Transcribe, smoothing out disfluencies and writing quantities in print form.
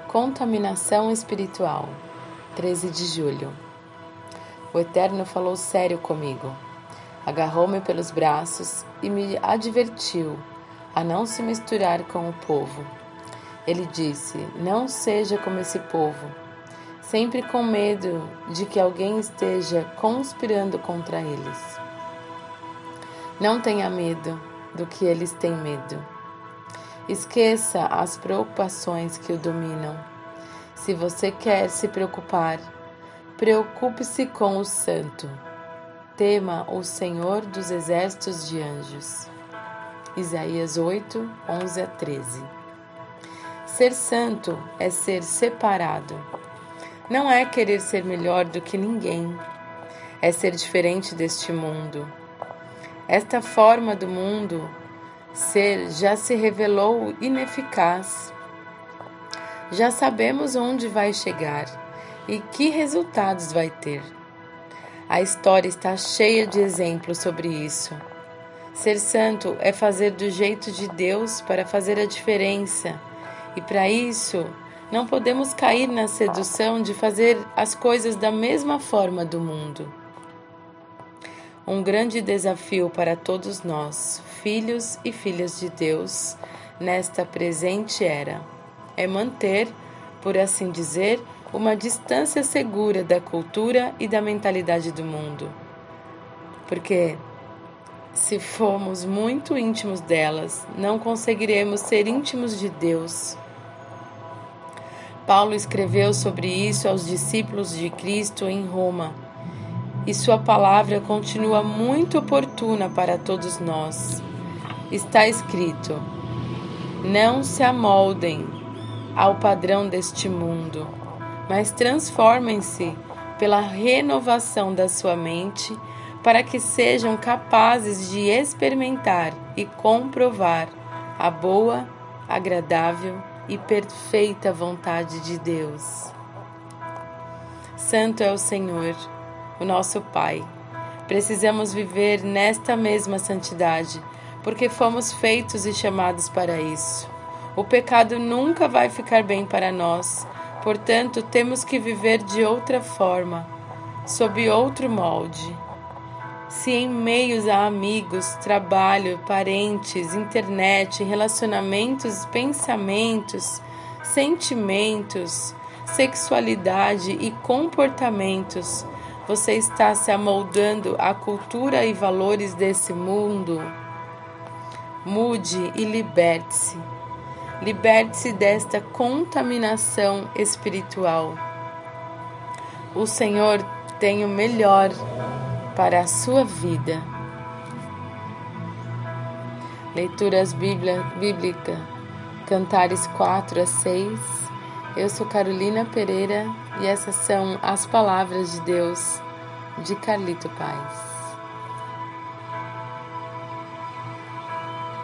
Contaminação espiritual. 13 de julho. O Eterno falou sério comigo. Agarrou-me pelos braços e me advertiu a não se misturar com o povo. Ele disse: não seja como esse povo, sempre com medo de que alguém esteja conspirando contra eles. Não tenha medo do que eles têm medo. Esqueça as preocupações que o dominam. Se você quer se preocupar, preocupe-se com o Santo. Tema o Senhor dos Exércitos de Anjos. Isaías 8, 11 a 13. Ser santo é ser separado. Não é querer ser melhor do que ninguém. É ser diferente deste mundo. Esta forma do mundo ser já se revelou ineficaz. Já sabemos onde vai chegar e que resultados vai ter. A história está cheia de exemplos sobre isso. Ser santo é fazer do jeito de Deus para fazer a diferença. E para isso, não podemos cair na sedução de fazer as coisas da mesma forma do mundo. Um grande desafio para todos nós, filhos e filhas de Deus, nesta presente era, é manter, por assim dizer, uma distância segura da cultura e da mentalidade do mundo. Porque, se formos muito íntimos delas, não conseguiremos ser íntimos de Deus. Paulo escreveu sobre isso aos discípulos de Cristo em Roma, e sua palavra continua muito oportuna para todos nós. Está escrito: não se amoldem ao padrão deste mundo, mas transformem-se pela renovação da sua mente, para que sejam capazes de experimentar e comprovar a boa, agradável e perfeita vontade de Deus. Santo é o Senhor, o nosso Pai. Precisamos viver nesta mesma santidade, porque fomos feitos e chamados para isso. O pecado nunca vai ficar bem para nós, portanto, temos que viver de outra forma, sob outro molde. Se em meios a amigos, trabalho, parentes, internet, relacionamentos, pensamentos, sentimentos, sexualidade e comportamentos, você está se amoldando à cultura e valores desse mundo, mude e liberte-se. Liberte-se desta contaminação espiritual. O Senhor tem o melhor para a sua vida. Leituras bíblicas, Cantares 4 a 6. Eu sou Carolina Pereira e essas são as palavras de Deus, de Carlito Paz.